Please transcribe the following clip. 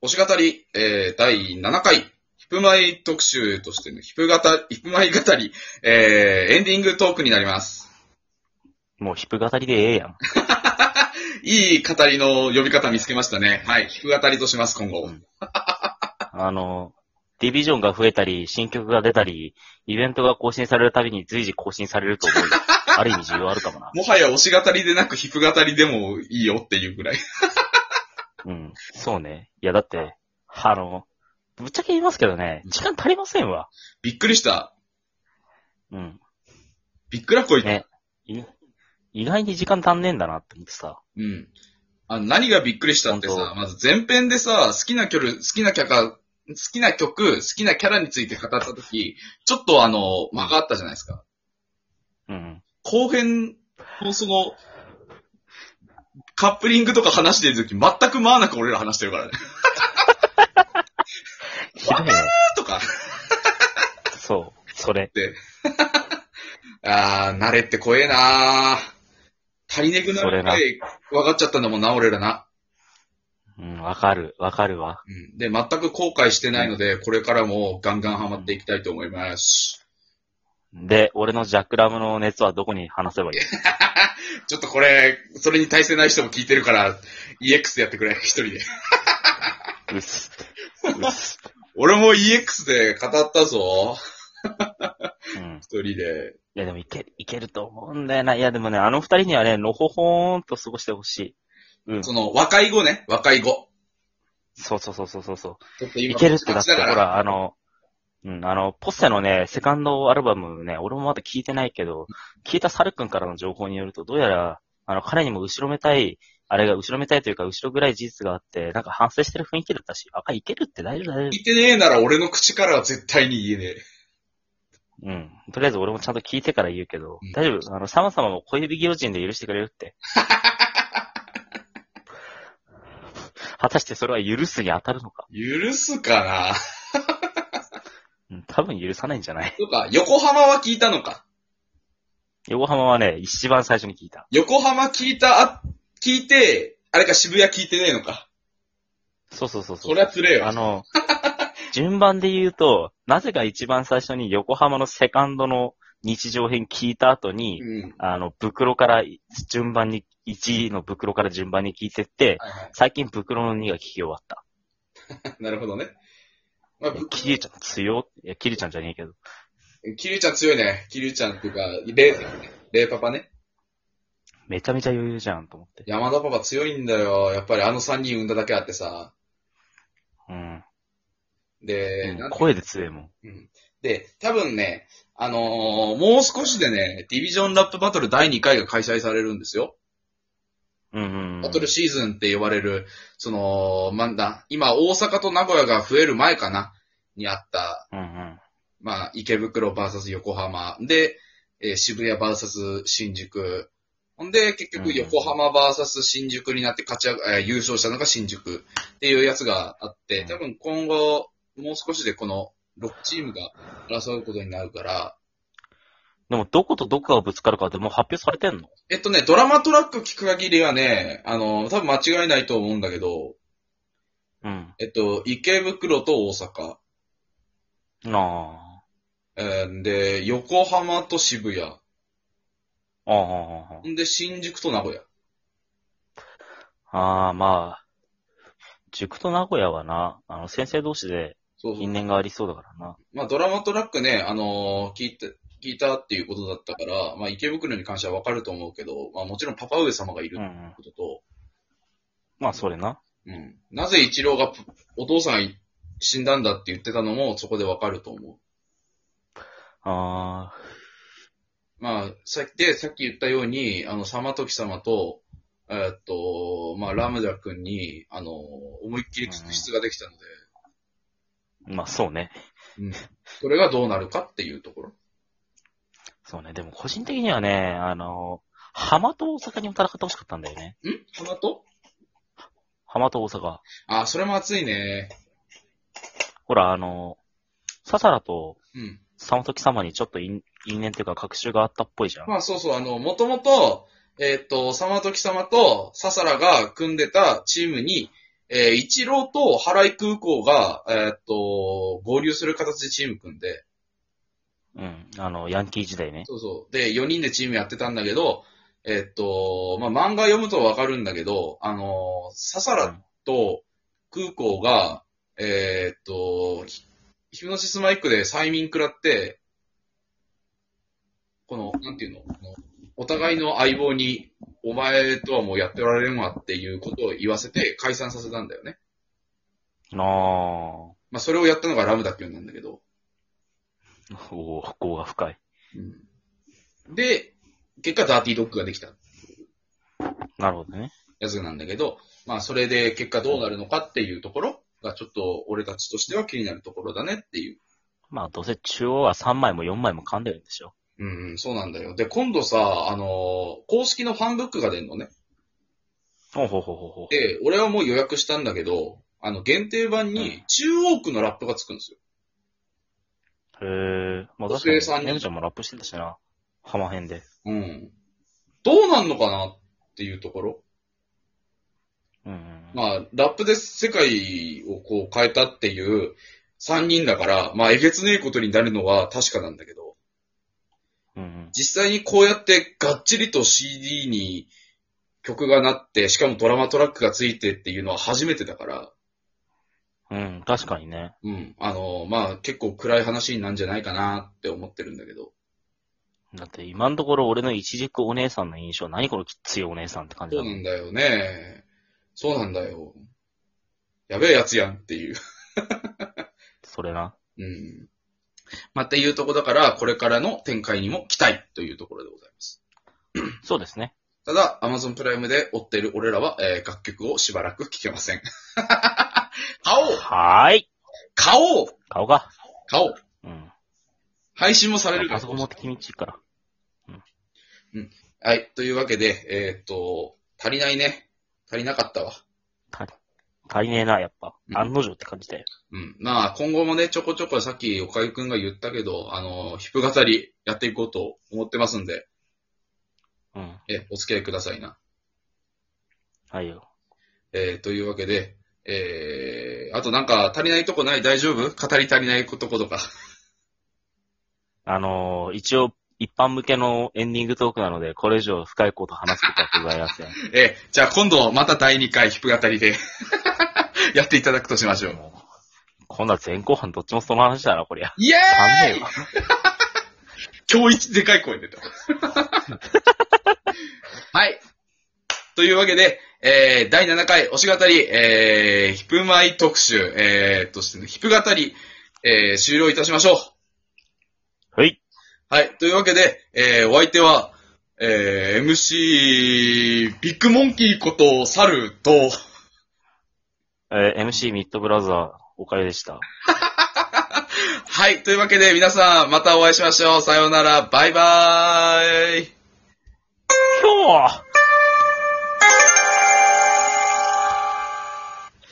し語り、第7回、ヒプマイ特集としてのヒプマイ語り、エンディングトークになります。 もうヒプ語りでええやん。 いい語りの呼び方見つけましたね。はい、ヒプ語りとします、今後。 ディビジョンが増えたり、新曲が出たり、イベントが更新されるたびに随時更新されると思うよ。ある意味需要あるかもな。 もはや推し語りでなくヒプ語りでもいいよっていうぐらい。 うん、そうね。いや、だって、ぶっちゃけ言いますけどね、時間足りませんわ。 びっくりした。 うん。 びっくらこい。 ね。意外に時間足んねえんだなって思ってさ。 うん。何がびっくりしたってさ、まず前編でさ、好きな曲、好きなキャラについて語ったとき、ちょっと間があったじゃないですか。 うん。 後編のその、カップリングとか話してるとき、全く間なく俺ら話してるからね。 ひどいね。 とか。 そう、それ。 慣れって怖えな足りねくなるくらい分かっちゃったんだもんな、俺らな。 うん、わかるわ。 うん。で、全く後悔してないので、これからもガンガンハマっていきたいと思います。 で、俺のジャックラムの熱はどこに話せばいいちょっとこれ、それに対せない人も聞いてるから、EX でやってくれ、一人で。 うっす。 俺も EX で語ったぞ。 うん。 一人で。 いやでもいけると思うんだよな。いやでもね、あの二人にはね、のほほーんと過ごしてほしい。うん。 その、若い子ね、若い子。 そう。 ちょっとい今けるってだって、ほらら、ポッセのね、セカンドアルバムね、俺もまだ聞いてないけど、聞いたサル君からの情報によると、どうやら、彼にも後ろめたいというか、後ろぐらい事実があって、なんか反省してる雰囲気だったし、いけるって大丈夫。 聞いてねえなら俺の口からは絶対に言えねえ。 うん。とりあえず俺もちゃんと聞いてから言うけど、 うん、 大丈夫。サマ様も小指ギロチンで許してくれるって。果たしてそれは許すに当たるのか。 許すかなうん、多分許さないんじゃない。 とか、横浜は聞いたのか。 横浜はね、一番最初に聞いた。 横浜聞いて、あれか渋谷聞いてねえのか。 そう。 そりゃつれえよ。 順番で言うと、なぜか一番最初に横浜のセカンドの日常編聞いた後に、 うん。 袋から順番に、1の袋から順番に聞いてって、 はいはい。 最近袋の2が聞き終わった。 なるほどね。まあ、 キリュウちゃん強いや、キリュウちゃんじゃねえけど。 キリュウちゃん強いね。キリュウちゃんっていうか、レイパパね。 めちゃめちゃ余裕じゃんと思って。 山田パパ強いんだよ。やっぱりあの3人産んだだけあってさ。 うん。 で、 声で強いもん。 うん。で、多分ね、もう少しでね、ディビジョンラップバトル第2回が開催されるんですよ。バトルシーズンって呼ばれる、今大阪と名古屋が増える前かな、にあった、まあ、池袋 VS 横浜で、渋谷 VS 新宿。ほんで、結局横浜 VS 新宿になって優勝したのが新宿っていうやつがあって、多分今後、もう少しでこの6チームが争うことになるから。 でも、どことどこがぶつかるかってもう発表されてんの？ ドラマトラック聞く限りはね、多分間違いないと思うんだけど、 うん。 池袋と大阪。で、横浜と渋谷。で、新宿と名古屋。 まあ、塾と名古屋はな、先生同士で因縁がありそうだからな。 まあ、ドラマトラックね、聞いたっていうことだったから、まあ、池袋に関してはわかると思うけど、まあ、もちろんパパ上様がいるってことと、 まあ、それな。 うん。なぜ一郎がお父さん死んだんだって言ってたのもそこでわかると思う。まあ、さっき言ったように、サマトキ様と、まあ、ラムダ君に、思いっきり確執ができたので。 まあ、そうね。 うん。それがどうなるかっていうところ。 そうね。でも、個人的にはね、浜と大阪にも戦ってほしかったんだよね。浜と大阪。 それも熱いね。 ほら、ササラと、サマトキ様にちょっと因縁っていうか、確執があったっぽいじゃん。 まあ、そうそう、もともと、サマトキ様とササラが組んでたチームに、 イチローと原井空港が、合流する形でチーム組んで、 うん。ヤンキー時代ね。 そうそう。で、4人でチームやってたんだけど、まあ、漫画読むとわかるんだけど、サラと空港が、ヒプノシスマイクで催眠食らって、なんていうの、お互いの相棒に、お前とはもうやっておられんわっていうことを言わせて解散させたんだよね。まあ、それをやったのがラムダっていうんなんだけど。 おー、業が深い。 うん。で、結果ダーティードッグができた。 なるほどね。 やつなんだけど、まあそれで結果どうなるのかっていうところがちょっと俺たちとしては気になるところだねっていう。 まあどうせ中央は3枚も4枚も噛んでるんでしょ。 うん、そうなんだよ。で、今度さ、公式のファンブックが出るのね。 ほうほうほうほう。 で、俺はもう予約したんだけど、限定版に中央区のラップがつくんですよ。 へえ。まあ確かに、ネムちゃんもラップしてたしな。浜辺で。 うん。どうなんのかなっていうところ。 うん。 まあ、ラップで世界をこう変えたっていう3人だから、まあ、えげつねえことになるのは確かなんだけど、実際にこうやってがっちりと CD に曲がなって、しかもドラマトラックがついてっていうのは初めてだから、 うん、確かにね。 うん。まあ、結構暗い話になるんじゃないかなって思ってるんだけど。 だって今のところ俺の一軸お姉さんの印象、何このきついお姉さんって感じだもん。 そうなんだよね。そうなんだよ。やべえやつやんっていう。 それな。 うん。まあ、っていうところだから、これからの展開にも期待というところでございます。 そうですね。 ただ、Amazon プライムで追っている俺らは、楽曲をしばらく聴けません。買おうはーい。 買おう買おうか。 買おう。 うん。 配信もされるから。 パソコン持って君んちから。 うん。はい。というわけで、足りないね。足りなかったわ。 足りねえな、やっぱ。案の定って感じだよ。 うん。まあ、今後もね、ちょこちょこさっき岡井くんが言ったけど、ヒップ語りやっていこうと思ってますんで、 うん。 お付き合いくださいな。 はいよ。 というわけで、あとなんか足りないとこない？大丈夫？語り足りないとことか。 一応、一般向けのエンディングトークなので、これ以上深いこと話すことはございません。 じゃあ今度また第2回ヒップ語りでやっていただくとしましょう。 今度は前後半どっちもその話だな、こりゃ。 イエーイ今日一でかい声出た。はい。というわけで、第7回推し語り、ヒプマイ特集、としてね、ヒプ語り、終了いたしましょう。 はい。 はい。というわけで、お相手は、MC、ビッグモンキーことサルと、 MC ミッドブラザー、おかゆでした。 はい。というわけで、皆さん、またお会いしましょう。さようなら。バイバーイ。 今日は